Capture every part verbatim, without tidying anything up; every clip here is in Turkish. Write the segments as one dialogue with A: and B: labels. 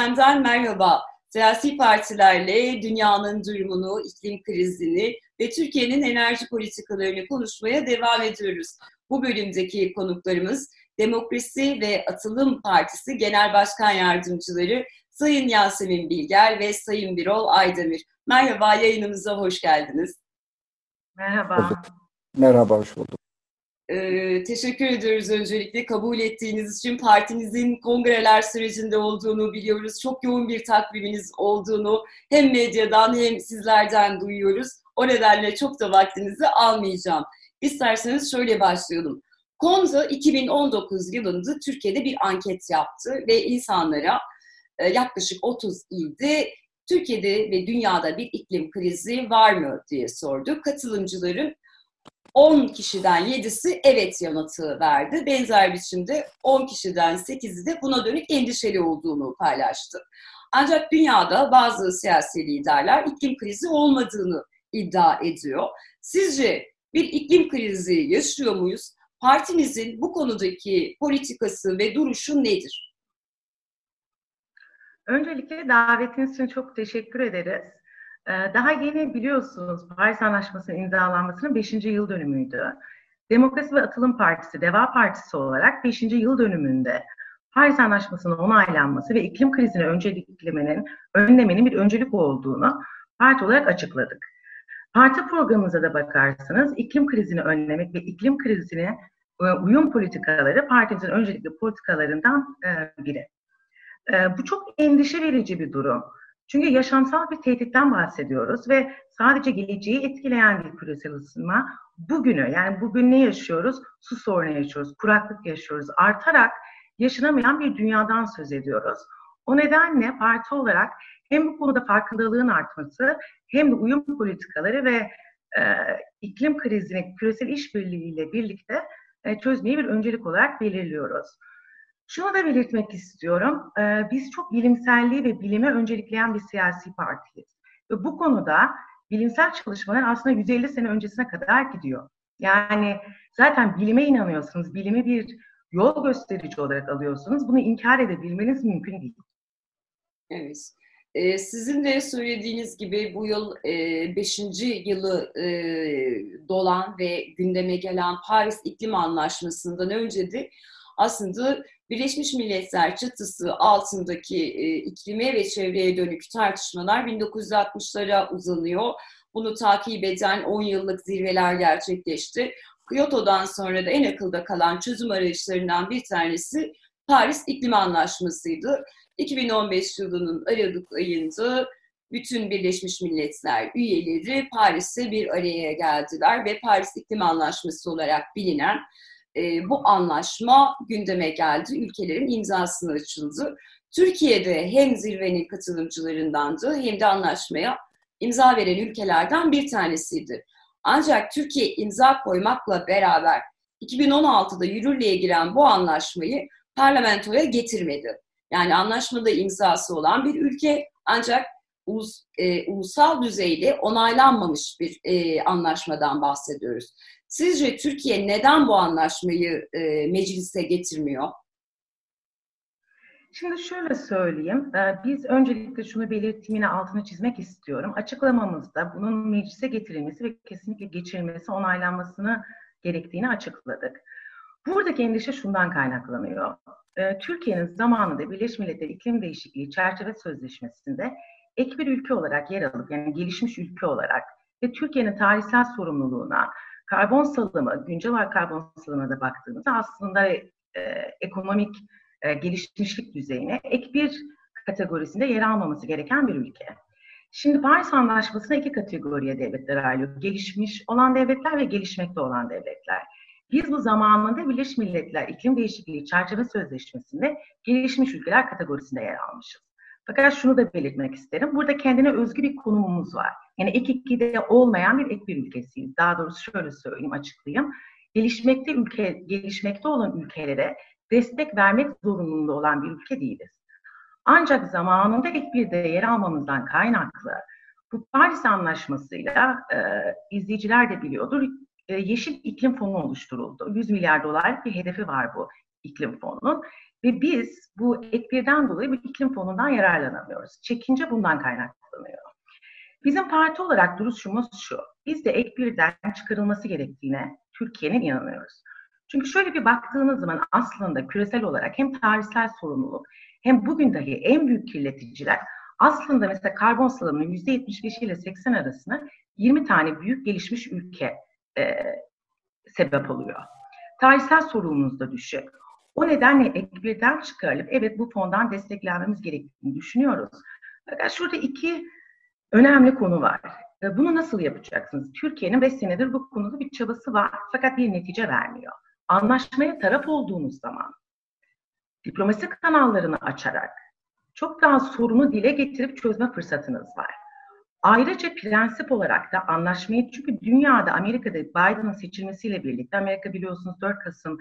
A: Efem'den merhaba. Siyasi partilerle dünyanın durumunu, iklim krizini ve Türkiye'nin enerji politikalarını konuşmaya devam ediyoruz. Bu bölümdeki konuklarımız Demokrasi ve Atılım Partisi Genel Başkan Yardımcıları Sayın Yasemin Bilger ve Sayın Birol Aydemir. Merhaba, yayınımıza hoş geldiniz.
B: Merhaba.
C: Merhaba, hoş bulduk.
A: Ee, teşekkür ediyoruz öncelikle kabul ettiğiniz için. Partinizin kongreler sürecinde olduğunu biliyoruz. Çok yoğun bir takviminiz olduğunu hem medyadan hem sizlerden duyuyoruz. O nedenle çok da vaktinizi almayacağım. İsterseniz şöyle başlayalım. Konza iki bin on dokuz yılında Türkiye'de bir anket yaptı ve insanlara e, yaklaşık otuz ilde Türkiye'de ve dünyada bir iklim krizi var mı diye sordu. Katılımcıların on kişiden yedisi evet yanıtı verdi. Benzer biçimde on kişiden sekizi de buna dönük endişeli olduğunu paylaştı. Ancak dünyada bazı siyasi liderler iklim krizi olmadığını iddia ediyor. Sizce bir iklim krizi yaşıyor muyuz? Partinizin bu konudaki politikası ve duruşu nedir?
B: Öncelikle davetiniz için çok teşekkür ederiz. Daha yeni biliyorsunuz Paris Anlaşması'nın imzalanmasının beşinci yıl dönümüydü. Demokrasi ve Atılım Partisi, Deva Partisi olarak beşinci yıl dönümünde Paris Anlaşması'nın onaylanması ve iklim krizini önceliklemenin, önlemenin bir öncelik olduğunu parti olarak açıkladık. Parti programımıza da bakarsanız iklim krizini önlemek ve iklim krizine uyum politikaları partimizin öncelikli politikalarından biri. Bu çok endişe verici bir durum. Çünkü yaşamsal bir tehditten bahsediyoruz ve sadece geleceği etkileyen bir küresel ısınma bugünü, yani bugün ne yaşıyoruz? Su sorunu yaşıyoruz, kuraklık yaşıyoruz. Artarak yaşanamayan bir dünyadan söz ediyoruz. O nedenle parti olarak hem bu konuda farkındalığın artması hem de uyum politikaları ve e, iklim krizini küresel işbirliğiyle birlikte e, çözmeyi bir öncelik olarak belirliyoruz. Şunu da belirtmek istiyorum, ee, biz çok bilimselliği ve bilime öncelikleyen bir siyasi partiyiz. Ve bu konuda bilimsel çalışmalar aslında yüz elli sene öncesine kadar gidiyor. Yani zaten bilime inanıyorsunuz, bilimi bir yol gösterici olarak alıyorsunuz. Bunu inkar edebilmeniz mümkün değil.
A: Evet. Ee, sizin de söylediğiniz gibi bu yıl e, beşinci yılı e, dolan ve gündeme gelen Paris İklim Anlaşması'ndan önce de aslında Birleşmiş Milletler çatısı altındaki e, iklime ve çevreye dönük tartışmalar bin dokuz yüz altmışlara uzanıyor. Bunu takip eden on yıllık zirveler gerçekleşti. Kyoto'dan sonra da en akılda kalan çözüm arayışlarından bir tanesi Paris İklim Anlaşması'ydı. iki bin on beş yılının Aralık ayında bütün Birleşmiş Milletler üyeleri Paris'te bir araya geldiler ve Paris İklim Anlaşması olarak bilinen e, bu anlaşma gündeme geldi. Ülkelerin imzasına açıldı. Türkiye'de hem zirvenin katılımcılarındandı hem de anlaşmaya imza veren ülkelerden bir tanesiydi. Ancak Türkiye imza koymakla beraber iki bin on altıda yürürlüğe giren bu anlaşmayı parlamentoya getirmedi. Yani anlaşmada imzası olan bir ülke ancak ulus, e, ulusal düzeyde onaylanmamış bir e, anlaşmadan bahsediyoruz. Sizce Türkiye neden bu anlaşmayı e, meclise getirmiyor?
B: Şimdi şöyle söyleyeyim, biz öncelikle şunu belirttiğim yine altını çizmek istiyorum. Açıklamamızda bunun meclise getirilmesi ve kesinlikle geçirilmesi, onaylanmasını gerektiğini açıkladık. Buradaki endişe şundan kaynaklanıyor. Türkiye'nin zamanında Birleşmiş Milletler İklim Değişikliği Çerçeve Sözleşmesi'nde ek bir ülke olarak yer alıp, yani gelişmiş ülke olarak ve Türkiye'nin tarihsel sorumluluğuna, karbon salımı, güncel olarak karbon salımına da baktığımızda aslında e, ekonomik e, gelişmişlik düzeyine ek bir kategorisinde yer almaması gereken bir ülke. Şimdi Paris Anlaşması'na iki kategoriye devletler ayrılıyor. Gelişmiş olan devletler ve gelişmekte olan devletler. Biz bu zamanında Birleşmiş Milletler İklim Değişikliği Çerçeve Sözleşmesi'nde gelişmiş ülkeler kategorisinde yer almışız. Fakat şunu da belirtmek isterim. Burada kendine özgü bir konumumuz var. Yani ek ikide olmayan bir ek bir ülkesiyiz. Daha doğrusu şöyle söyleyeyim, açıklayayım. Gelişmekte ülke, gelişmekte olan ülkelere destek vermek zorunluluğunda olan bir ülke değiliz. Ancak zamanında ek bir de yer almamızdan kaynaklı bu Paris Anlaşması'yla e, izleyiciler de biliyordur, e, Yeşil İklim Fonu oluşturuldu. yüz milyar dolarlık bir hedefi var bu. iklim fonunun ve biz bu ek birden dolayı bir iklim fonundan yararlanamıyoruz. Çekince bundan kaynaklanıyor. Bizim parti olarak duruşumuz şu, biz de ek birden çıkarılması gerektiğine Türkiye'nin inanıyoruz. Çünkü şöyle bir baktığınız zaman aslında küresel olarak hem tarihsel sorumluluk hem bugün dahi en büyük kirleticiler aslında mesela karbon salımının yüzde yetmiş beş ile seksen arasında yirmi tane büyük gelişmiş ülke e, sebep oluyor. Tarihsel sorumluluğumuz da düşük. O nedenle ek birden çıkarılıp evet bu fondan desteklenmemiz gerektiğini düşünüyoruz. Fakat şurada iki önemli konu var. Bunu nasıl yapacaksınız? Türkiye'nin beş senedir bu konuda bir çabası var fakat bir netice vermiyor. Anlaşmaya taraf olduğunuz zaman diplomasi kanallarını açarak çok daha sorunu dile getirip çözme fırsatınız var. Ayrıca prensip olarak da anlaşmayı, çünkü dünyada Amerika'da Biden'ın seçilmesiyle birlikte, Amerika biliyorsunuz dört Kasım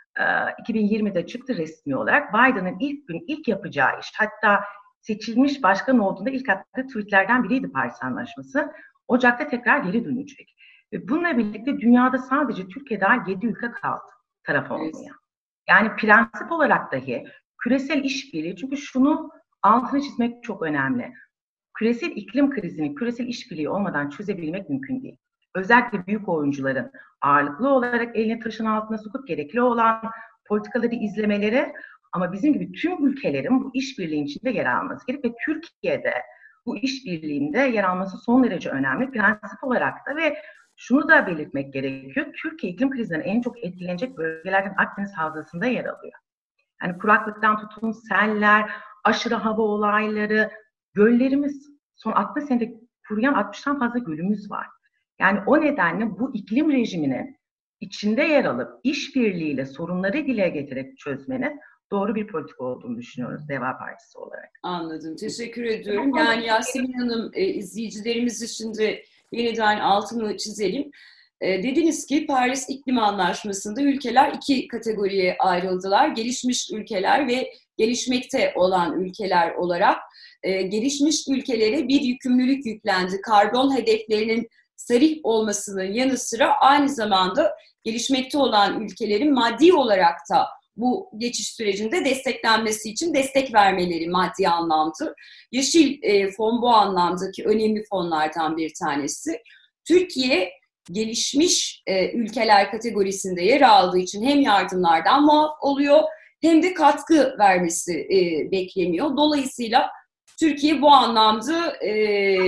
B: iki bin yirmide çıktı resmi olarak, Biden'ın ilk gün ilk yapacağı iş, hatta seçilmiş başkan olduğunda ilk attığı tweetlerden biriydi Paris Anlaşması. Ocak'ta tekrar geri dönecek. Ve bununla birlikte dünyada sadece Türkiye'de yedi ülke kaldı taraf olmaya. Yani prensip olarak dahi küresel işbirliği, çünkü şunu altını çizmek çok önemli. Küresel iklim krizini küresel işbirliği olmadan çözebilmek mümkün değil. Özellikle büyük oyuncuların ağırlıklı olarak elini taşın altına sokup gerekli olan politikaları izlemeleri, ama bizim gibi tüm ülkelerin bu işbirliğinin içinde yer alması gerek ve Türkiye'de bu işbirliğinde yer alması son derece önemli prensip olarak da. Ve şunu da belirtmek gerekiyor, Türkiye iklim krizinden en çok etkilenecek bölgelerden Akdeniz Havzası'nda yer alıyor. Yani kuraklıktan tutun, seller, aşırı hava olayları, göllerimiz, son altmış senede kuruyan altmıştan fazla gölümüz var. Yani o nedenle bu iklim rejiminin içinde yer alıp işbirliğiyle sorunları dile getirip çözmenin doğru bir politika olduğunu düşünüyoruz Deva Partisi olarak.
A: Anladım. Teşekkür ediyorum. Yani Yasemin Hanım, e, izleyicilerimiz için de yeniden altını çizelim. E, dediniz ki Paris İklim Anlaşması'nda ülkeler iki kategoriye ayrıldılar. Gelişmiş ülkeler ve gelişmekte olan ülkeler olarak. E, gelişmiş ülkelere bir yükümlülük yüklendi. Karbon hedeflerinin sarih olmasının yanı sıra aynı zamanda gelişmekte olan ülkelerin maddi olarak da bu geçiş sürecinde desteklenmesi için destek vermeleri maddi anlamda. Yeşil e, fon bu anlamdaki önemli fonlardan bir tanesi. Türkiye gelişmiş e, ülkeler kategorisinde yer aldığı için hem yardımlardan muaf oluyor hem de katkı vermesi e, bekleniyor. Dolayısıyla Türkiye bu anlamda e,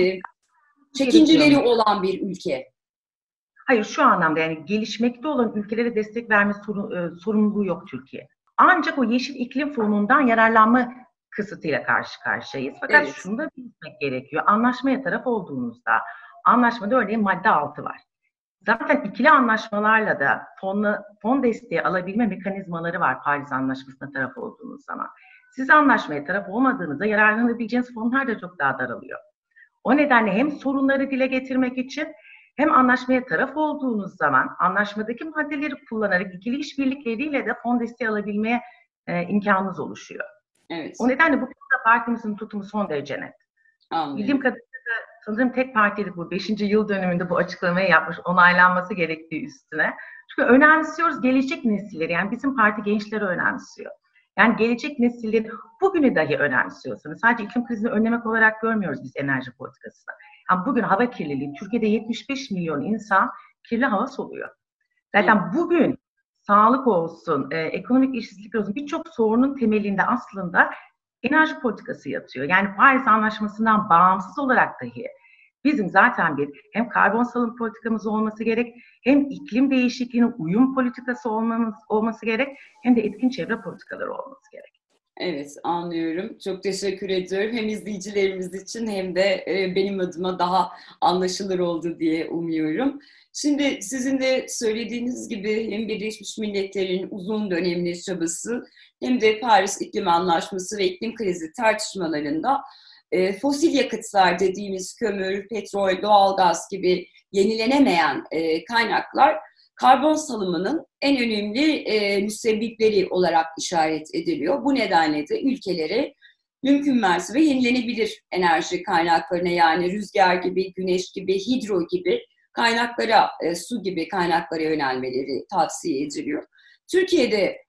A: çekinceleri olan bir ülke.
B: Hayır, şu anlamda yani gelişmekte olan ülkelere destek verme sorun, e, sorumluluğu yok Türkiye. Ancak o Yeşil İklim Fonu'ndan yararlanma kısıtıyla karşı karşıyayız. Fakat evet, şunu da bilmek gerekiyor. Anlaşmaya taraf olduğunuzda, anlaşmada örneğin madde altı var. Zaten ikili anlaşmalarla da fonla, fon desteği alabilme mekanizmaları var Paris Anlaşması'na taraf olduğunuz zaman. Siz anlaşmaya taraf olmadığınızda yararlanabileceğiniz fonlar da çok daha daralıyor. O nedenle hem sorunları dile getirmek için hem anlaşmaya taraf olduğunuz zaman anlaşmadaki maddeleri kullanarak ikili işbirlikleriyle de fon desteği alabilmeye e, imkanınız oluşuyor.
A: Evet.
B: O nedenle bu konuda partimizin tutumu son derece net.
A: Anladım.
B: Bildiğim kadarıyla sanırım tek partiydi bu beşinci yıl dönümünde bu açıklamayı yapmış, onaylanması gerektiği üstüne. Çünkü önemsiyoruz gelecek nesilleri, yani bizim parti gençleri önemsiyor. Yani gelecek nesillerin bugünü dahi önemsiyorsanız, sadece iklim krizini önlemek olarak görmüyoruz biz enerji politikasını. Yani bugün hava kirliliği, Türkiye'de yetmiş beş milyon insan kirli hava soluyor. Zaten evet, bugün sağlık olsun, e, ekonomik işsizlik olsun, birçok sorunun temelinde aslında enerji politikası yatıyor. Yani Paris Anlaşması'ndan bağımsız olarak dahi bizim zaten bir hem karbon salım politikamız olması gerek, hem iklim değişikliğine uyum politikası olmamız, olması gerek, hem de etkin çevre politikaları olması gerek.
A: Evet, anlıyorum. Çok teşekkür ediyorum. Hem izleyicilerimiz için hem de benim adıma daha anlaşılır oldu diye umuyorum. Şimdi sizin de söylediğiniz gibi hem Birleşmiş Milletler'in uzun dönemli çabası hem de Paris İklim Anlaşması ve iklim krizi tartışmalarında fosil yakıtlar dediğimiz kömür, petrol, doğalgaz gibi yenilenemeyen kaynaklar karbon salımının en önemli e, müsebbipleri olarak işaret ediliyor. Bu nedenle de ülkelere mümkün mertebe yenilenebilir enerji kaynaklarına, yani rüzgar gibi, güneş gibi, hidro gibi kaynaklara, e, su gibi kaynaklara yönelmeleri tavsiye ediliyor. Türkiye'de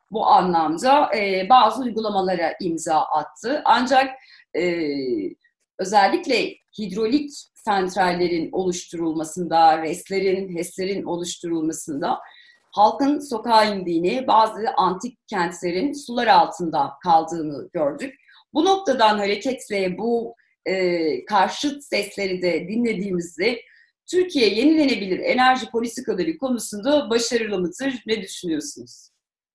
A: bu anlamda e, bazı uygulamalara imza attı. Ancak e, özellikle hidrolik santrallerin oluşturulmasında, RES'lerin, HES'lerin oluşturulmasında halkın sokağa indiğini, bazı antik kentlerin sular altında kaldığını gördük. Bu noktadan hareketle bu e, karşıt sesleri de dinlediğimizde Türkiye yenilenebilir enerji politikaları konusunda başarılı mıdır? Ne düşünüyorsunuz?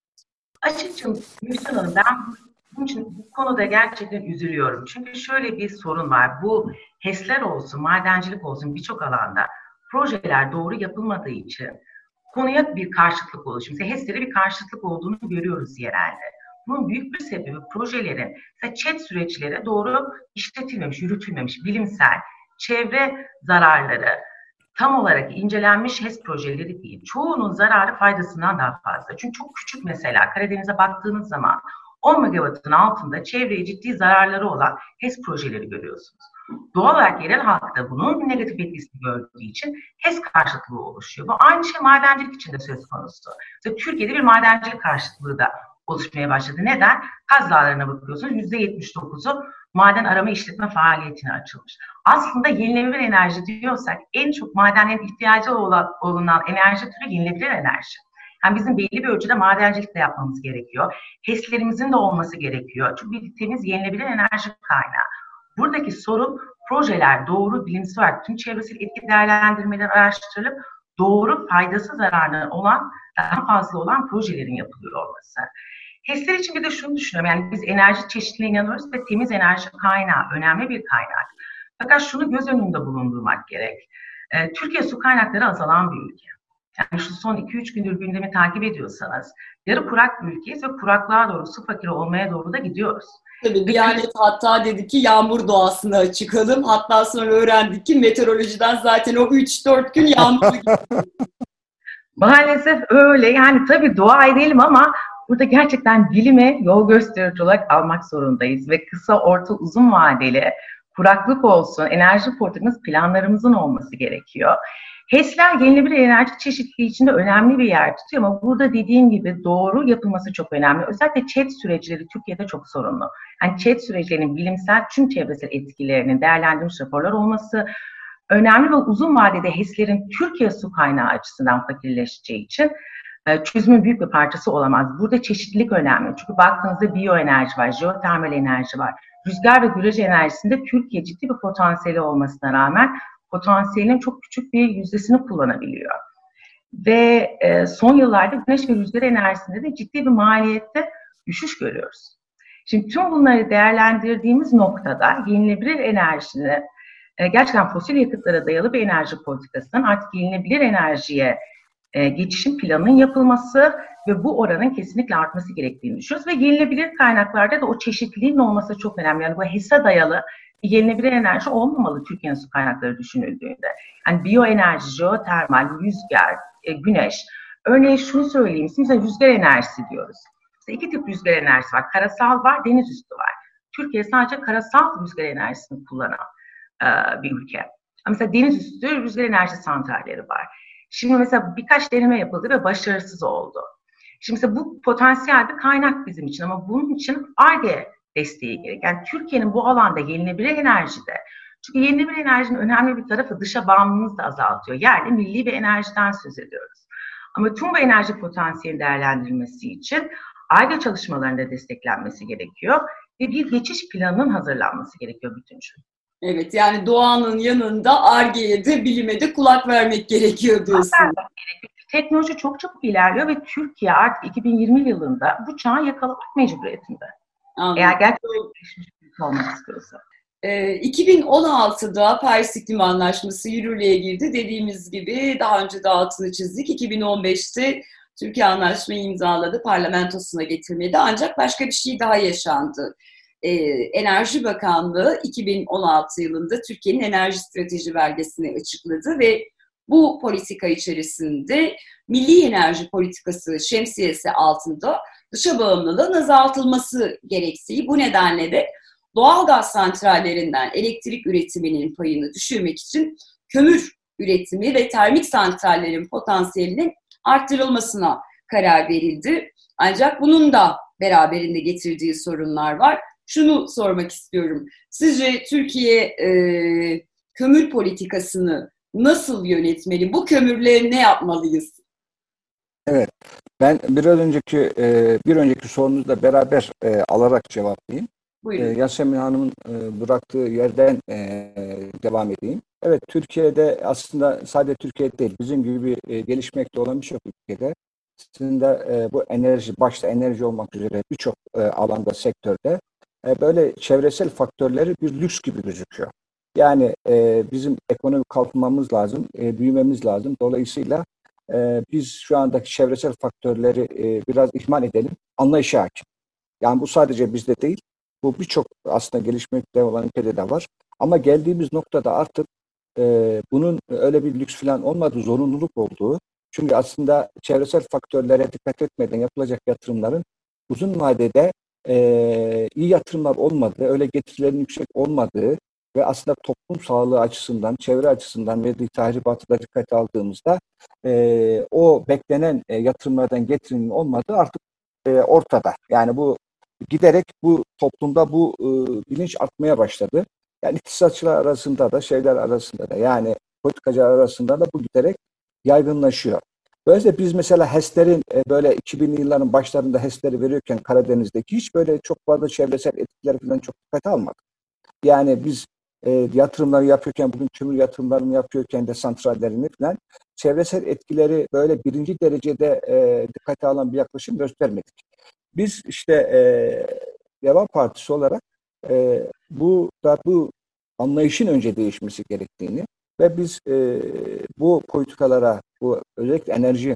B: Açıkçası Gülşen Hanım, ben bunun için bu konuda gerçekten üzülüyorum. Çünkü şöyle bir sorun var. Bu HES'ler olsun, madencilik olsun birçok alanda projeler doğru yapılmadığı için konuya bir karşıtlık oluşuyor. Mesela HES'lere bir karşıtlık olduğunu görüyoruz yerelde. Bunun büyük bir sebebi projelerin mesela ÇED süreçleri doğru işletilmemiş, yürütülmemiş, bilimsel, çevre zararları tam olarak incelenmiş HES projeleri değil. Çoğunun zararı faydasından daha fazla. Çünkü çok küçük, mesela Karadeniz'e baktığınız zaman on megawattın altında çevreye ciddi zararları olan HES projeleri görüyorsunuz. Doğal olarak yerel halk da bunun negatif etkisini gördüğü için HES karşıtlığı oluşuyor. Bu aynı şey madencilik için de söz konusu. Mesela Türkiye'de bir madencilik karşıtlığı da oluşmaya başladı. Neden? Kaz Dağları'na bakıyorsunuz, yüzde yetmiş dokuzu maden arama işletme faaliyetine açılmış. Aslında yenilenebilir enerji diyorsak en çok madenlerin ihtiyacı olan, olunan enerji türü yenilenebilir enerji. Yani bizim belli bir ölçüde madencilik de yapmamız gerekiyor. HES'lerimizin de olması gerekiyor. Çünkü bir temiz yenilenebilir enerji kaynağı. Buradaki sorun projeler doğru bilimsel olarak tüm çevresel etki değerlendirmeleri araştırılıp doğru faydası zararlı olan, daha fazla olan projelerin yapılıyor olması. HES'ler için bir de şunu düşünüyorum, yani biz enerji çeşitliliğine inanıyoruz ve temiz enerji kaynağı önemli bir kaynak. Fakat şunu göz önünde bulundurmak gerek. Ee, Türkiye su kaynakları azalan bir ülke. Yani şu son iki üç gündür gündemi takip ediyorsanız yarı kurak bir ülkeyiz ve kuraklığa doğru, su fakiri olmaya doğru da gidiyoruz.
A: Tabii Diyanet hatta dedi ki yağmur doğasına çıkalım. Hatta sonra öğrendik ki meteorolojiden zaten o üç dört gün yağmurlu gidiyor.
B: Maalesef öyle. Yani tabii dua edelim ama burada gerçekten bilime yol gösterici olarak almak zorundayız. Ve kısa, orta, uzun vadeli kuraklık olsun, enerji politikamız planlarımızın olması gerekiyor. HES'ler yenilenebilir enerji çeşitliliği içinde önemli bir yer tutuyor ama burada dediğim gibi doğru yapılması çok önemli. Özellikle ÇED süreçleri Türkiye'de çok sorunlu. Yani ÇED süreçlerinin bilimsel tüm çevresel etkilerinin değerlendirilmiş raporlar olması önemli ve uzun vadede HES'lerin Türkiye su kaynağı açısından fakirleşeceği için çözümün büyük bir parçası olamaz. Burada çeşitlilik önemli. Çünkü baktığınızda biyoenerji var, jeotermal enerji var. Rüzgar ve güneş enerjisinde Türkiye ciddi bir potansiyeli olmasına rağmen potansiyelin çok küçük bir yüzdesini kullanabiliyor. Ve e, son yıllarda güneş ve rüzgar enerjisinde de ciddi bir maliyette düşüş görüyoruz. Şimdi tüm bunları değerlendirdiğimiz noktada yenilenebilir enerjinin e, gerçekten fosil yakıtlara dayalı bir enerji politikasının artık yenilenebilir enerjiye e, geçişin planının yapılması ve bu oranın kesinlikle artması gerektiğini düşünüyoruz. Ve yenilenebilir kaynaklarda da o çeşitliliğin olması çok önemli. Yani bu HES'e dayalı yenilenebilir enerji olmamalı Türkiye'nin su kaynakları düşünüldüğünde. Yani biyoenerji, jeotermal, rüzgar, e, güneş. Örneğin şunu söyleyeyim, mesela rüzgar enerjisi diyoruz. Mesela iki tip rüzgar enerjisi var. Karasal var, deniz üstü var. Türkiye sadece karasal rüzgar enerjisini kullanan e, bir ülke. Ama mesela deniz üstü rüzgar enerji santralleri var. Şimdi mesela birkaç deneme yapıldı ve başarısız oldu. Şimdi mesela bu potansiyel bir kaynak bizim için ama bunun için Ar-Ge desteği gerek. Yani Türkiye'nin bu alanda yenilenebilir enerjide, çünkü yenilenebilir enerjinin önemli bir tarafı dışa bağımlılığımızı da azaltıyor. Yerli milli bir enerjiden söz ediyoruz. Ama tüm bu enerji potansiyelinin değerlendirilmesi için Ar-Ge çalışmalarında desteklenmesi gerekiyor ve bir geçiş planının hazırlanması gerekiyor bütüncül.
A: Evet, yani doğanın yanında Ar-Ge'ye de bilime de kulak vermek gerekiyor diyorsun.
B: Teknoloji çok çabuk ilerliyor ve Türkiye artık iki bin yirmi yılında bu çağı yakalamak mecburiyetinde. Anladım. Eğer gerçekten gelişmiş bir ülke olmak istiyorsa.
A: E, iki bin on altıda Paris İklim Anlaşması yürürlüğe girdi. Dediğimiz gibi daha önce de altını çizdik. iki bin on beşte Türkiye anlaşmayı imzaladı, parlamentosuna getirmedi. Ancak başka bir şey daha yaşandı. Ee, Enerji Bakanlığı iki bin on altı yılında Türkiye'nin enerji strateji belgesini açıkladı ve bu politika içerisinde milli enerji politikası şemsiyesi altında dışa bağımlılığın azaltılması gerektiği, bu nedenle de doğal gaz santrallerinden elektrik üretiminin payını düşürmek için kömür üretimi ve termik santrallerin potansiyelinin arttırılmasına karar verildi. Ancak bunun da beraberinde getirdiği sorunlar var. Şunu sormak istiyorum. Sizce Türkiye e, kömür politikasını nasıl yönetmeli? Bu kömürle ne yapmalıyız?
C: Evet, ben biraz önceki e, bir önceki sorunuzla beraber e, alarak cevaplayayım. E,
A: Buyurun.
C: Yasemin Hanım'ın e, bıraktığı yerden e, devam edeyim. Evet, Türkiye'de aslında sadece Türkiye değil, bizim gibi e, gelişmekte olan birçok ülkede aslında e, bu enerji, başta enerji olmak üzere birçok e, alanda, sektörde e, böyle çevresel faktörleri bir lüks gibi gözüküyor. Yani e, bizim ekonomik kalkınmamız lazım, e, büyümemiz lazım. Dolayısıyla e, biz şu andaki çevresel faktörleri e, biraz ihmal edelim, anlayışa hakim. Yani bu sadece bizde değil, bu birçok aslında gelişmekte olan ülkede de var. Ama geldiğimiz noktada artık e, bunun öyle bir lüks falan olmadığı, zorunluluk olduğu. Çünkü aslında çevresel faktörlere dikkat etmeden yapılacak yatırımların uzun vadede e, iyi yatırımlar olmadığı, öyle getirilerin yüksek olmadığı ve aslında toplum sağlığı açısından, çevre açısından verdiği tahribatı da dikkate aldığımızda e, o beklenen e, yatırımlardan getirinin olmadığı artık e, ortada. Yani bu giderek bu toplumda bu e, bilinç artmaya başladı. Yani iktisatçılar arasında da şeyler arasında da yani politikacılar arasında da bu giderek yaygınlaşıyor. Böylece biz mesela HES'lerin e, böyle iki binli yılların başlarında HES'leri veriyorken Karadeniz'deki hiç böyle çok fazla çevresel etkiler falan çok dikkate almadık. Yani biz e, yatırımları yapıyorken, bugün kömür yatırımlarını yapıyorken de santrallerini falan çevresel etkileri böyle birinci derecede e, dikkate alan bir yaklaşım göstermedik. Biz işte e, Deva Partisi olarak e, bu da bu anlayışın önce değişmesi gerektiğini ve biz e, bu politikalara, bu özellikle enerji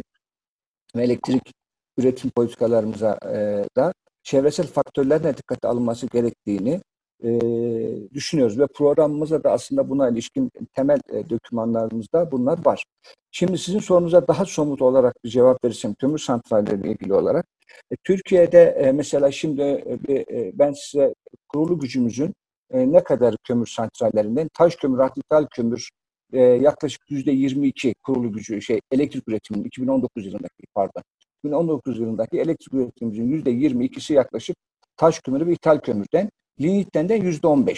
C: ve elektrik üretim politikalarımıza e, da çevresel faktörlerine dikkate alınması gerektiğini e, düşünüyoruz ve programımızda da aslında buna ilişkin temel e, dokümanlarımızda bunlar var. Şimdi sizin sorunuza daha somut olarak bir cevap verirsem kömür santralleriyle ilgili olarak e, Türkiye'de e, mesela şimdi e, bir, e, ben size kurulu gücümüzün e, ne kadar kömür santrallerinden taş kömür, ithal kömür e, yaklaşık yüzde yirmi iki kurulu gücü şey elektrik üretiminin iki bin on dokuz yılındaki pardon iki bin on dokuz yılındaki elektrik üretimimizin yüzde yirmi ikisi yaklaşık taş kömürü ve ithal kömürden, lignitten de yüzde on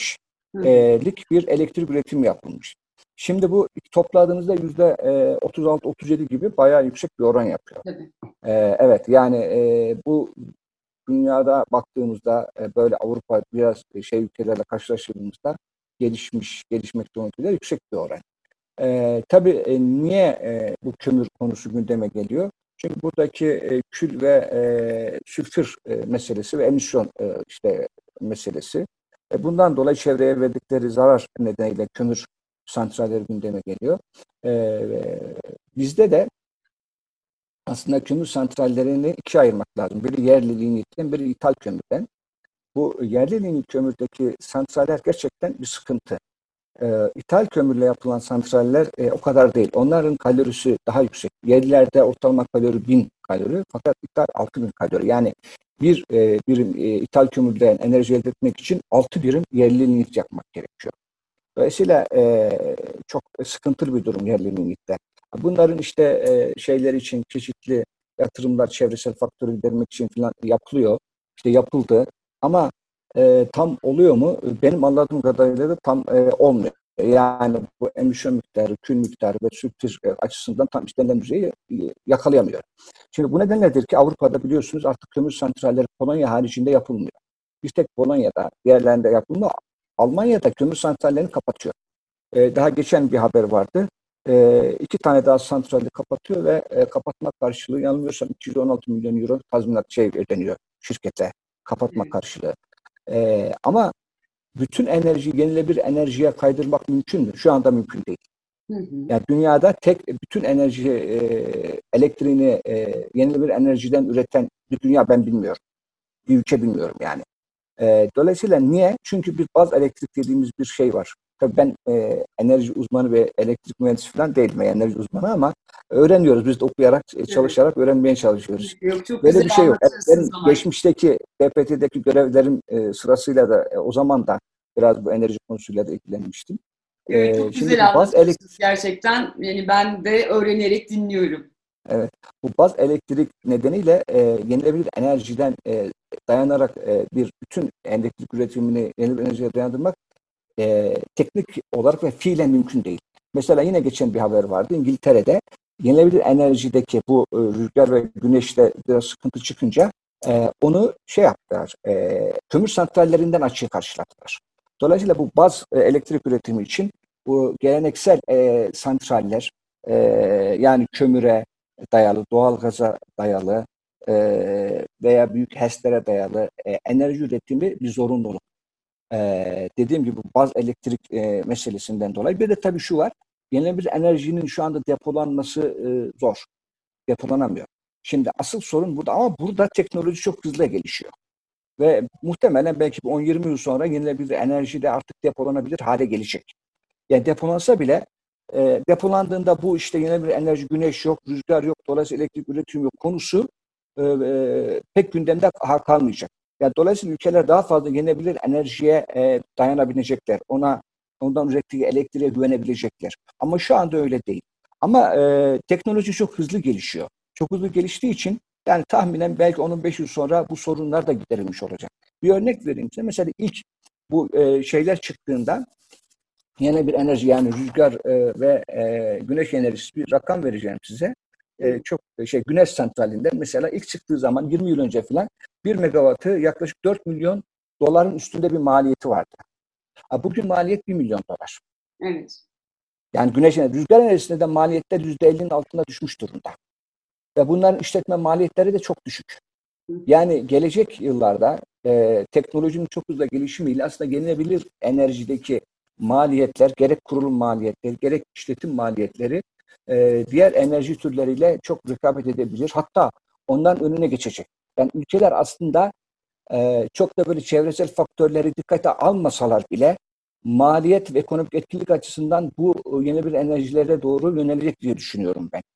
C: beşlik bir elektrik üretimi yapılmış. Şimdi bu topladığınızda yüzde otuz altı otuz yedi gibi bayağı yüksek bir oran yapıyor.
A: Tabii.
C: Ee, evet yani e, bu dünyada baktığımızda e, böyle Avrupa biraz şey ülkelerle karşılaştırdığımızda gelişmiş, gelişmekte olan ülkeler yüksek bir oran. Ee, tabii e, niye e, bu kömür konusu gündeme geliyor? Çünkü buradaki e, kül ve e, sülfür e, meselesi ve emisyon e, işte meselesi. E, bundan dolayı çevreye verdikleri zarar nedeniyle kömür santralleri gündeme geliyor. E, bizde de aslında kömür santrallerini ikiye ayırmak lazım. Biri yerli lignitten, biri ithal kömürden. Bu yerli lignit kömürdeki santraller gerçekten bir sıkıntı. E, ithal kömürle yapılan santraller e, o kadar değil. Onların kalorisi daha yüksek. Yerlilerde ortalama kalori bin kalori fakat ithal altı bin kalori. Yani bir e, birim e, ithal kömürden enerji elde etmek için altı birim yerli lignit yakmak gerekiyor. Dolayısıyla e, çok sıkıntılı bir durum yerli lignitte. Bunların işte e, şeyler için çeşitli yatırımlar çevresel faktörü gidermek için falan yapılıyor. İşte yapıldı ama e, tam oluyor mu? Benim anladığım kadarıyla da tam e, olmuyor. Yani bu emisyon miktarı, kül miktarı ve sülfür e, açısından tam istenilen düzeyi e, yakalayamıyor. Şimdi bu nedenledir ki Avrupa'da biliyorsunuz artık kömür santralleri Polonya haricinde yapılmıyor. Bir tek Polonya'da, diğerlerinde yapılmıyor. Almanya'da kömür santrallerini kapatıyor. E, daha geçen bir haber vardı. E, iki tane daha santrali kapatıyor ve e, kapatma karşılığı yanılmıyorsam iki yüz on altı milyon euro tazminat şey ödeniyor şirkete kapatma
A: Evet.
C: karşılığı. E, ama bütün enerjiyi yenilenebilir enerjiye kaydırmak mümkün mü? Şu anda mümkün değil.
A: Hı hı.
C: Yani dünyada tek bütün enerji e, elektriğini e, yenilenebilir enerjiden üreten bir dünya ben bilmiyorum. Bir ülke bilmiyorum yani. E, dolayısıyla niye? Çünkü bir baz elektrik dediğimiz bir şey var. Tabii ben e, enerji uzmanı ve elektrik mühendisi falan değilim, yani enerji uzmanı ama öğreniyoruz. Biz de okuyarak,
A: Evet.
C: çalışarak öğrenmeye çalışıyoruz.
A: Yok, çok
C: Böyle
A: güzel
C: bir şey yok. Evet,
A: anlatıyorsunuz
C: benim
A: ama.
C: geçmişteki B P T'deki görevlerim e, sırasıyla da e, o zaman da biraz bu enerji konusuyla da ilgilenmiştim.
A: Evet,
C: E,
A: çok
C: şimdi
A: güzel
C: bu baz elektrik
A: anlatıyorsunuz gerçekten. Yani ben de öğrenerek dinliyorum.
C: Evet. Bu baz elektrik nedeniyle e, yenilenebilir enerjiden e, dayanarak e, bir bütün elektrik üretimini yenilenebilir enerjiye dayandırmak e, teknik olarak ve fiilen mümkün değil. Mesela yine geçen bir haber vardı. İngiltere'de yenilenebilir enerjideki bu e, rüzgar ve güneşte biraz sıkıntı çıkınca e, onu şey yaptılar. E, kömür santrallerinden açığa karşılattılar. Dolayısıyla bu baz e, elektrik üretimi için bu geleneksel e, santraller e, yani kömüre dayalı, doğalgaza dayalı e, veya büyük HES'lere dayalı e, enerji üretimi bir zorunluluk. Ee, dediğim gibi baz elektrik e, meselesinden dolayı. Bir de tabii şu var. Yenilenebilir enerjinin şu anda depolanması e, zor. Depolanamıyor. Şimdi asıl sorun burada ama burada teknoloji çok hızlı gelişiyor. Ve muhtemelen belki on yirmi yıl sonra yenilenebilir enerji de artık depolanabilir hale gelecek. Yani depolansa bile e, depolandığında bu işte yenilenebilir enerji, güneş yok, rüzgar yok, dolayısıyla elektrik üretimi yok konusu e, e, pek gündemde kalmayacak. Yani dolayısıyla ülkeler daha fazla yenilenebilir enerjiye e, dayanabilecekler. Ona ondan ürettiği elektriğe güvenebilecekler. Ama şu anda öyle değil. Ama e, teknoloji çok hızlı gelişiyor. Çok hızlı geliştiği için yani tahminen belki on on beş yıl sonra bu sorunlar da giderilmiş olacak. Bir örnek vereyim size. Mesela ilk bu e, şeyler çıktığında yine bir enerji yani rüzgar e, ve e, güneş enerjisi bir rakam vereceğim size. E, çok şey güneş santralinden mesela ilk çıktığı zaman yirmi yıl önce falan bir megawattı yaklaşık dört milyon doların üstünde bir maliyeti vardı. Ha, bugün maliyet bir milyon dolar.
A: Evet.
C: Yani güneş enerjisi, rüzgar enerjisinde de maliyetler yüzde ellinin altına düşmüş durumda. Ve bunların işletme maliyetleri de çok düşük. Yani gelecek yıllarda e, teknolojinin çok hızlı gelişimiyle aslında yenilenebilir enerjideki maliyetler, gerek kurulum maliyetleri, gerek işletim maliyetleri e, diğer enerji türleriyle çok rekabet edebilir. Hatta ondan önüne geçecek. Yani ülkeler aslında e, çok da böyle çevresel faktörleri dikkate almasalar bile maliyet ve ekonomik etkilik açısından bu yenilenebilir enerjilere doğru yönelecek diye düşünüyorum ben.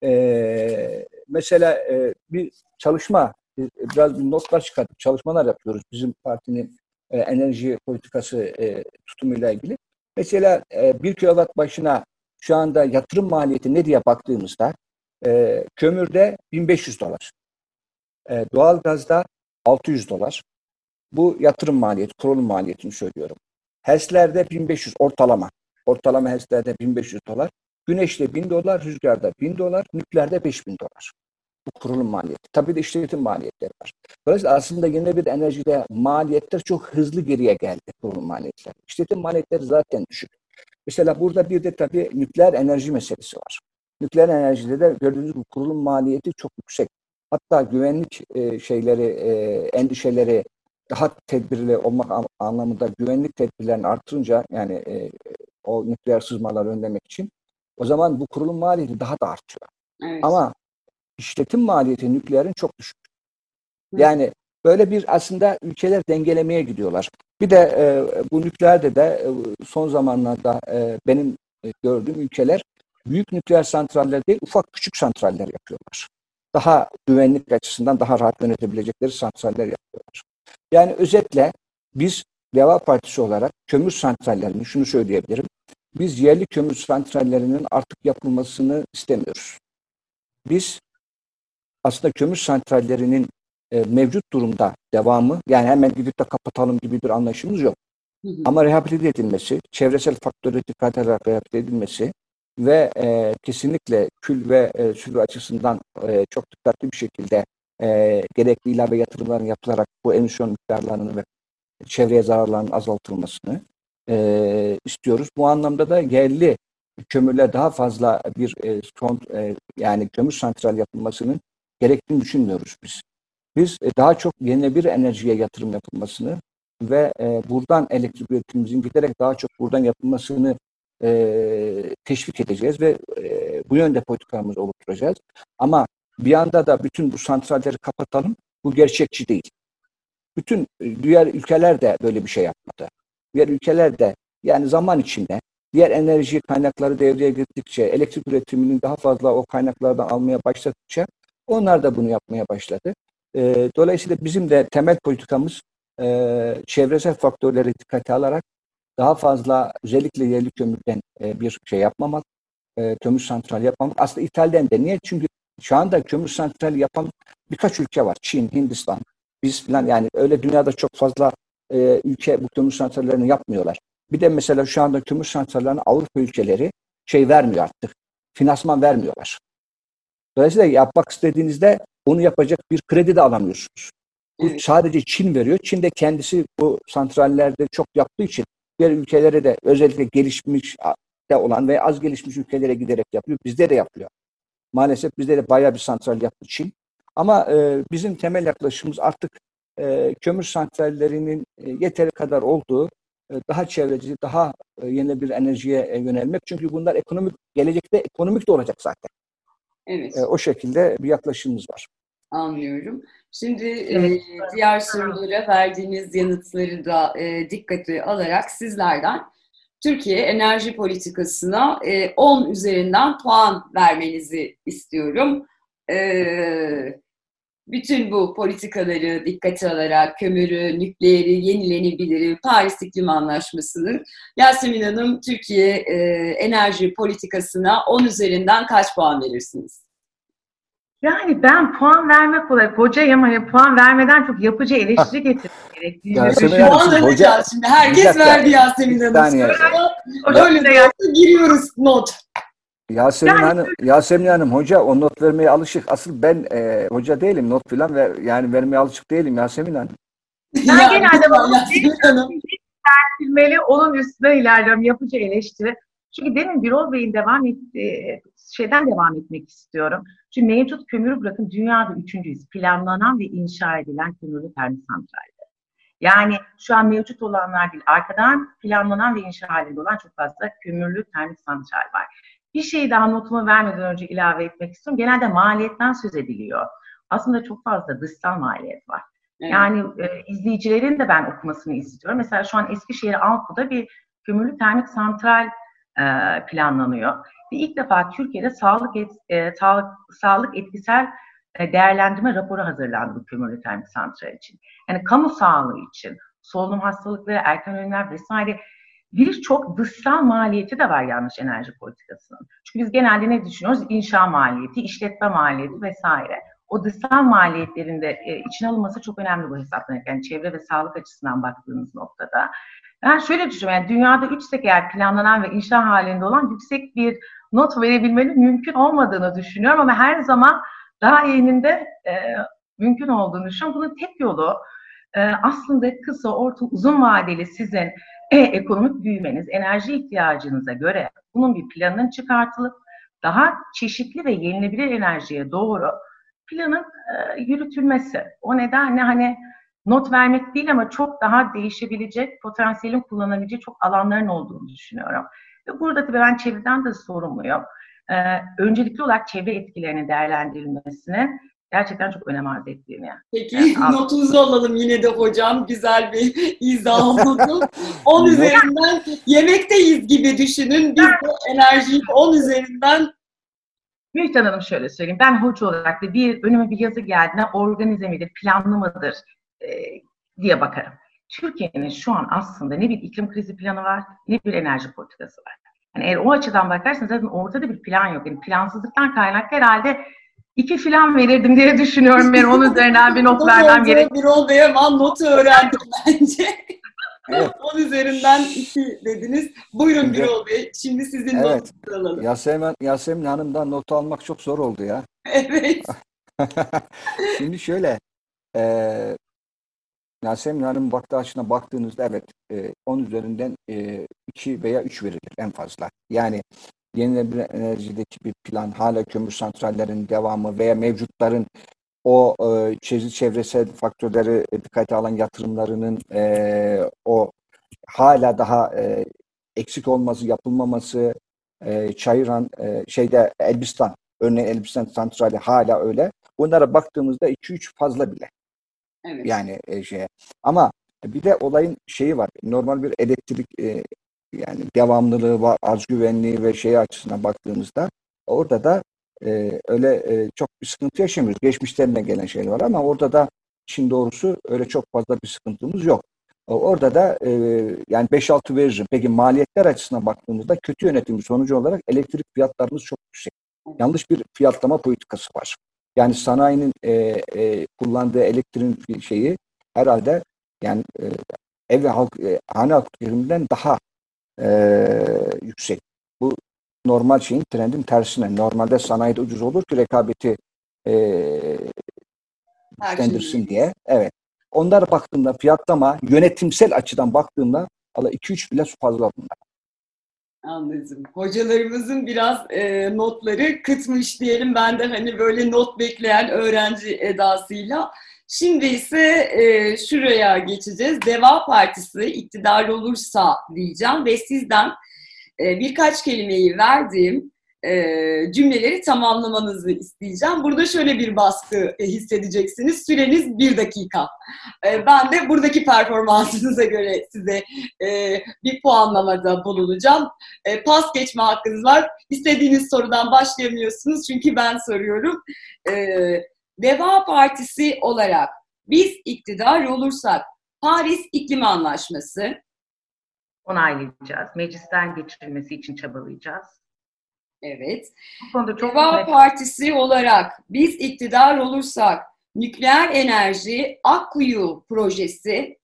C: Ee, mesela e, bir çalışma, e, biraz bir notlar çıkartıp çalışmalar yapıyoruz bizim partinin e, enerji politikası e, tutumuyla ilgili. Mesela e, bir kilowatt başına şu anda yatırım maliyeti ne diye baktığımızda e, kömürde bin beş yüz dolar, e, doğalgazda altı yüz dolar. Bu yatırım maliyeti, kurulum maliyetini söylüyorum. HES'lerde bin beş yüz ortalama. Ortalama HES'lerde bin beş yüz dolar. Güneşte bin dolar, rüzgarda bin dolar, nükleerde beş bin dolar. Bu kurulum maliyeti. Tabii de işletim maliyetleri var. Dolayısıyla aslında yenilenebilir enerjide maliyetler çok hızlı geriye geldi kurulum maliyetleri. İşletim maliyetleri zaten düşük. Mesela burada bir de tabii nükleer enerji meselesi var. Nükleer enerjide de gördüğünüz gibi kurulum maliyeti çok yüksek. Hatta güvenlik e, şeyleri, e, endişeleri daha tedbirli olmak anlamında güvenlik tedbirlerini artırınca yani e, o nükleer sızmaları önlemek için o zaman bu kurulum maliyeti daha da artıyor.
A: Evet.
C: Ama işletim maliyeti nükleerin çok düşük. Yani böyle bir aslında ülkeler dengelemeye gidiyorlar. Bir de e, bu nükleerde de e, son zamanlarda e, benim e, gördüğüm ülkeler büyük nükleer santraller değil ufak küçük santraller yapıyorlar. Daha güvenlik açısından daha rahat yönetebilecekleri santraller yapıyorlar. Yani özetle biz Deva Partisi olarak kömür santrallerini şunu söyleyebilirim. Biz yerli kömür santrallerinin artık yapılmasını istemiyoruz. Biz aslında kömür santrallerinin e, mevcut durumda devamı yani hemen gidip de kapatalım gibi bir anlayışımız yok.
A: Hı hı.
C: Ama rehabilite edilmesi, çevresel faktörü dikkat ederek rehabilite edilmesi ve e, kesinlikle kül ve e, sülfür açısından e, çok dikkatli bir şekilde e, gerekli ilave yatırımların yapılarak bu emisyon miktarlarının ve çevreye zararların azaltılmasını e, istiyoruz. Bu anlamda da yerli kömürle daha fazla bir e, son, e, yani kömür santral yapılmasının gerektiğini düşünmüyoruz biz. Biz e, daha çok yenilenebilir enerjiye yatırım yapılmasını ve e, buradan elektrik üretimimizin giderek daha çok buradan yapılmasını e, teşvik edeceğiz ve e, bu yönde politikamızı oluşturacağız. Ama bir anda da bütün bu santralleri kapatalım, bu gerçekçi değil. Bütün diğer ülkeler de böyle bir şey yapmadı. Diğer ülkeler de yani zaman içinde diğer enerji kaynakları devreye girdikçe, elektrik üretiminin daha fazla o kaynaklardan almaya başladıkça onlar da bunu yapmaya başladı. E, dolayısıyla bizim de temel politikamız e, çevresel faktörleri dikkate alarak daha fazla özellikle yerli kömürden e, bir şey yapmamak, e, kömür santral yapmamak. Aslında ithalden de. Niye? Çünkü Şu anda kömür santrali yapan birkaç ülke var. Çin, Hindistan. Biz falan yani öyle dünyada çok fazla e, ülke bu kömür santrallerini yapmıyorlar. Bir de mesela şu anda kömür santrallerine Avrupa ülkeleri şey vermiyor artık. Finansman vermiyorlar. Dolayısıyla yapmak istediğinizde onu yapacak bir kredi de alamıyorsunuz. Bu
A: Evet.
C: sadece Çin veriyor. Çin de kendisi bu santrallerde çok yaptığı için diğer ülkelere de özellikle gelişmiş de olan ve az gelişmiş ülkelere giderek yapıyor. Bizde de yapıyor. Maalesef bizde de bayağı bir santral yaptı Çin. Ama e, bizim temel yaklaşımımız artık e, kömür santrallerinin e, yeteri kadar olduğu, e, daha çevreci, daha e, yenilenebilir enerjiye e, yönelmek. Çünkü bunlar ekonomik, gelecekte ekonomik de olacak zaten.
A: Evet.
C: E, o şekilde bir yaklaşımımız var.
A: Anlıyorum. Şimdi
B: Evet.
A: e, diğer sorulara verdiğiniz yanıtları da e, dikkate alarak sizlerden Türkiye enerji politikasına e, on üzerinden puan vermenizi istiyorum. E, bütün bu politikaları dikkate alarak kömürü, nükleeri, yenilenebiliri, Paris İklim Anlaşması'nın Yasemin Hanım Türkiye e, enerji politikasına on üzerinden kaç puan verirsiniz?
B: Yani ben puan vermek olarak hocayım, hani puan vermeden çok yapıcı eleştiri getirmek gerektiğini
C: Yasemin
B: düşünüyorum.
C: Hanım,
A: Puan
C: şimdi hoca-
A: alacağız şimdi. Herkes
C: Bir dakika,
A: verdi Yasemin
C: bir
A: Hanım.
C: saniye.
A: Sonra öyle de olsa giriyoruz not.
C: Yasemin
B: Yani-
C: Hanım, Yasemin Hanım hoca o not vermeye alışık. Asıl ben e, hoca değilim, not falan ver, yani vermeye alışık değilim Yasemin Hanım.
B: Ben
A: Yani
B: genelde
A: lütfen
B: bana
A: Yasemin Hanım.
B: bilmeli, onun üstüne ilerliyorum, yapıcı eleştiri. Çünkü demin Birol Bey'in devam ettiği şeyden devam etmek istiyorum. Çünkü mevcut kömürü bırakın dünyada üçüncüyüz. Planlanan ve inşa edilen kömürlü termik santraller. Yani şu an mevcut olanlar değil, arkadan planlanan ve inşa halinde olan çok fazla kömürlü termik santral var. Bir şey daha notumu vermeden önce ilave etmek istiyorum. Genelde maliyetten söz ediliyor. Aslında çok fazla dışsal maliyet var.
A: Evet.
B: Yani e, izleyicilerin de ben okumasını istiyorum. Mesela şu an Eskişehir Alku'da bir kömürlü termik santral e, planlanıyor. Ve ilk defa Türkiye'de sağlık et, e, sağlık, sağlık etkisel e, değerlendirme raporu hazırlandı bu kömürlü termik santral için. Yani kamu sağlığı için, solunum hastalıkları, erken ölümler vesaire birçok dışsal maliyeti de var yanlış enerji politikasının. Çünkü biz genelde ne düşünüyoruz? İnşa maliyeti, işletme maliyeti vesaire. O dışsal maliyetlerin de e, içine alınması çok önemli bu hesaplanırken. Yani çevre ve sağlık açısından baktığımız noktada. Ben şöyle düşünüyorum, yani dünyada üçsek eğer planlanan ve inşa halinde olan yüksek bir not verebilmenin mümkün olmadığını düşünüyorum ama her zaman daha iyinin de e, mümkün olduğunu düşünüyorum. Bunun tek yolu e, aslında kısa, orta, uzun vadeli sizin e, ekonomik büyümeniz, enerji ihtiyacınıza göre bunun bir planının çıkartılıp daha çeşitli ve yenilenebilir enerjiye doğru planın e, yürütülmesi. O nedenle hani not vermek değil ama çok daha değişebilecek, potansiyelin kullanabileceği çok alanların olduğunu düşünüyorum. Ve burada tabii ben çevreden de sorumluyum. Ee, öncelikli olarak çevre etkilerinin değerlendirilmesinin gerçekten çok önem arz ettiğini.
A: Peki
B: Evet,
A: notunuzu alalım yine de hocam. Güzel bir izah oldu. on üzerinden yemekteyiz gibi düşünün. Biz de enerjiyi on üzerinden.
B: Müjdat Hanım şöyle söyleyeyim. Ben hoca olarak da bir önüme bir yazı geldiğinde organize midir, planlı mıdır e, diye bakarım. Türkiye'nin şu an aslında ne bir iklim krizi planı var, ne bir enerji politikası var. Yani eğer o açıdan bakarsanız zaten ortada bir plan yok. Yani plansızlıktan kaynaklı herhalde iki filan verirdim diye düşünüyorum ben. Onun üzerinden bir not vermem gerekiyor.
A: Birol Bey hemen notu öğrendim bence. Evet. on üzerinden iki dediniz. Buyurun
C: Şimdi,
A: Birol Bey. Şimdi sizin
C: evet,
A: notunuzu alalım.
C: Yasemin, Yasemin Hanım'dan not almak çok zor oldu ya.
A: Evet.
C: Şimdi şöyle, e, Yasemin Hanım baktığı açına baktığınızda evet e, on üzerinden e, iki veya üç verilir en fazla. Yani yenilenebilir enerjideki bir plan, hala kömür santrallerinin devamı veya mevcutların o e, çeşitli çevresel faktörleri dikkate alan yatırımlarının e, o hala daha e, eksik olması, yapılmaması, e, Çayıran, e, şeyde Elbistan, örneğin Elbistan santrali hala öyle. Bunlara baktığımızda iki üç fazla bile.
A: Evet.
C: Yani e, şey. Ama bir de olayın şeyi var. Normal bir elektrik e, yani devamlılığı var, arz güvenliği ve şey açısından baktığımızda orada da e, öyle e, çok bir sıkıntı yaşamıyoruz. Geçmişten de gelen şeyler var ama orada da işin doğrusu öyle çok fazla bir sıkıntımız yok. Orada da e, yani beş altı veririm. Peki maliyetler açısından baktığımızda kötü yönetim sonucu olarak elektrik fiyatlarımız çok yüksek. Yanlış bir fiyatlama politikası var. Yani sanayinin e, e, kullandığı elektriğin şeyi herhalde yani e, ev ve halk, e, hane halk tüketiminden daha e, yüksek. Bu normal şeyin, trendin tersine. Normalde sanayide ucuz olur ki rekabeti e, güçlendirsin diye. Evet. Onlara baktığımda fiyatlama yönetimsel açıdan baktığımda valla iki üç bile fazla bunlar.
A: Anladım. Hocalarımızın biraz e, notları kıtmış diyelim. Ben de hani böyle not bekleyen öğrenci edasıyla. Şimdi ise e, şuraya geçeceğiz. Deva Partisi iktidar olursa diyeceğim ve sizden e, birkaç kelimeyi verdiğim e, cümleleri tamamlamanızı isteyeceğim. Burada şöyle bir baskı e, hissedeceksiniz. Süreniz bir dakika. E, ben de buradaki performansınıza göre size e, bir puanlamada bulunacağım. E, pas geçme hakkınız var. İstediğiniz sorudan başlayamıyorsunuz çünkü ben soruyorum. E, Deva Partisi olarak biz iktidar olursak Paris İklim Anlaşması
B: onaylayacağız. Meclisten geçirilmesi için çabalayacağız.
A: Evet.
B: Bu konuda çok
A: Deva
B: net...
A: Partisi olarak biz iktidar olursak nükleer enerji Akkuyu projesi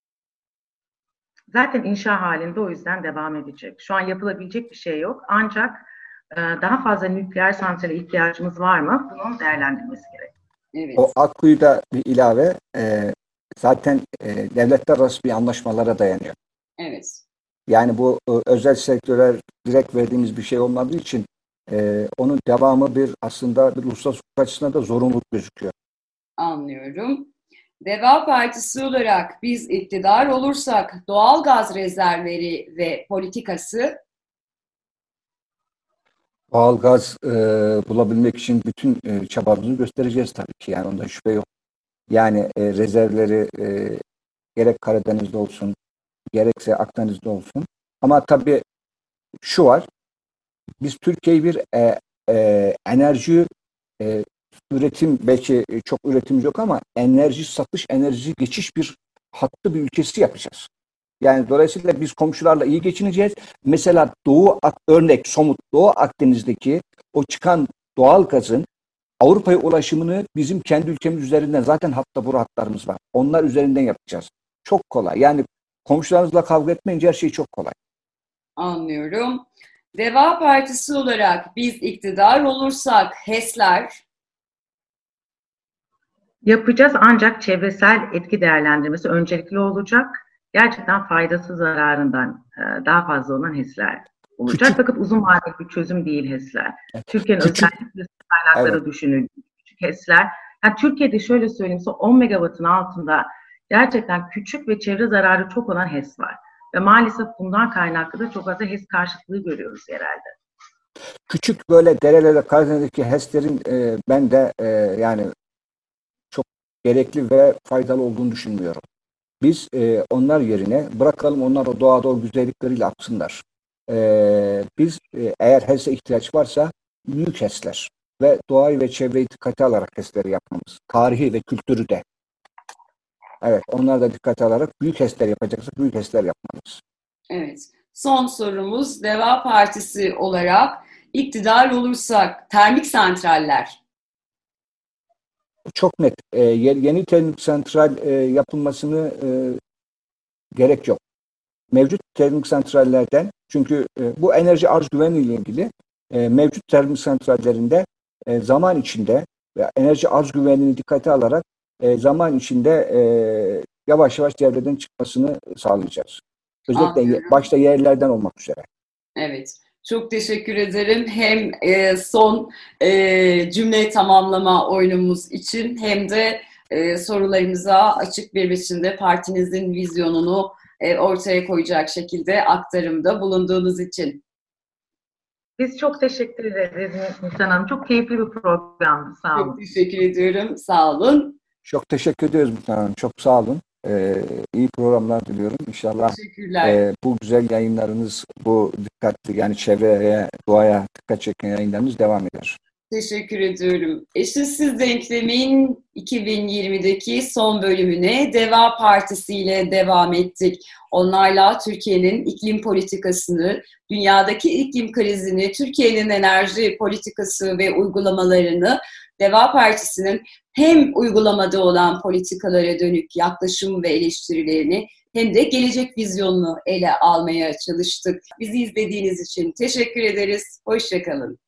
B: zaten inşa halinde, o yüzden devam edecek. Şu an yapılabilecek bir şey yok. Ancak e, daha fazla nükleer santrale ihtiyacımız var mı? Bunun değerlendirilmesi gerek.
A: Evet.
C: O Akkuyu'da bir ilave e, zaten e, devletler arası bir anlaşmalara dayanıyor.
A: Evet.
C: Yani bu e, özel sektöre direkt verdiğimiz bir şey olmadığı için e, onun devamı bir aslında bir uluslararası hukuk açısından da zorunluluk gözüküyor.
A: Anlıyorum. Deva Partisi olarak biz iktidar olursak doğal gaz rezervleri ve politikası
C: Doğalgaz e, bulabilmek için bütün e, çabamızı göstereceğiz tabii ki. Yani ondan şüphe yok. Yani e, rezervleri e, gerek Karadeniz'de olsun, gerekse Akdeniz'de olsun. Ama tabii şu var, biz Türkiye'yi bir e, e, enerji e, üretim, belki çok üretimimiz yok ama enerji satış, enerji geçiş bir hattı bir ülkesi yapacağız. Yani dolayısıyla biz komşularla iyi geçineceğiz. Mesela Doğu, örnek somut Doğu Akdeniz'deki o çıkan doğal gazın Avrupa'ya ulaşımını bizim kendi ülkemiz üzerinden zaten hatta bu hatlarımız var. Onlar üzerinden yapacağız. Çok kolay. Yani komşularınızla kavga etmeyince her şey çok kolay.
A: anlıyorum. Deva Partisi olarak biz iktidar olursak HES'ler
B: Yapacağız, ancak çevresel etki değerlendirmesi öncelikli olacak. Gerçekten faydası zararından e, daha fazla olan HES'ler olacak.
C: Küçük,
B: Fakat uzun vadeli bir çözüm değil HES'ler. Türkiye'nin
C: küçük,
B: özellikle kaynakları
C: evet.
B: düşünülüyor. Küçük HES'ler. Yani Türkiye'de şöyle söyleyeyim, on megawattın altında gerçekten küçük ve çevre zararı çok olan HES var. Ve maalesef bundan kaynaklı da çok fazla HES karşıtlığı görüyoruz yerelde.
C: Küçük böyle derelerde Karadeniz'deki HES'lerin e, ben de e, yani çok gerekli ve faydalı olduğunu düşünmüyorum. Biz e, onlar yerine bırakalım, onlar o doğada o güzellikleriyle aksınlar. E, biz e, eğer HES'e ihtiyaç varsa büyük HES'ler ve doğayı ve çevreyi dikkate alarak HES'leri yapmamız. Tarihi ve kültürü de. Evet, onlar da dikkate alarak büyük HES'ler yapacaksak büyük HES'ler yapmamız.
A: Evet. Son sorumuz Deva Partisi olarak iktidar olursak termik santraller.
C: Çok net. E, yeni termik santral e, yapılmasını e, gerek yok. Mevcut termik santrallerden, çünkü e, bu enerji arz güvenliği ile ilgili e, mevcut termik santrallerinde e, zaman içinde ve enerji arz güvenliğini dikkate alarak e, zaman içinde e, yavaş yavaş devreden çıkmasını sağlayacağız. Özellikle
A: Anlıyorum.
C: başta yerlerden olmak üzere.
A: Evet. Çok teşekkür ederim. Hem e, son e, cümle tamamlama oyunumuz için hem de e, sorularımıza açık bir biçimde partinizin vizyonunu e, ortaya koyacak şekilde aktarımda bulunduğunuz için.
B: Biz çok teşekkür ederiz Nisan Hanım. Çok keyifli bir programdı. Sağ olun.
A: Çok teşekkür ediyorum. Sağ olun.
C: Çok teşekkür ediyoruz Muhtemelen Hanım. Çok sağ olun. Ee, iyi programlar diliyorum. İnşallah e, bu güzel yayınlarınız, bu dikkatli yani çevreye, doğaya dikkat çeken yayınlarınız devam eder.
A: Teşekkür ediyorum. Eşitsiz Denklem'in iki bin yirmideki son bölümüne Deva Partisi ile devam ettik. Onlarla Türkiye'nin iklim politikasını, dünyadaki iklim krizini, Türkiye'nin enerji politikası ve uygulamalarını, Deva Partisi'nin hem uygulamada olan politikalara dönük yaklaşım ve eleştirilerini hem de gelecek vizyonunu ele almaya çalıştık. Bizi izlediğiniz için teşekkür ederiz. Hoşça kalın.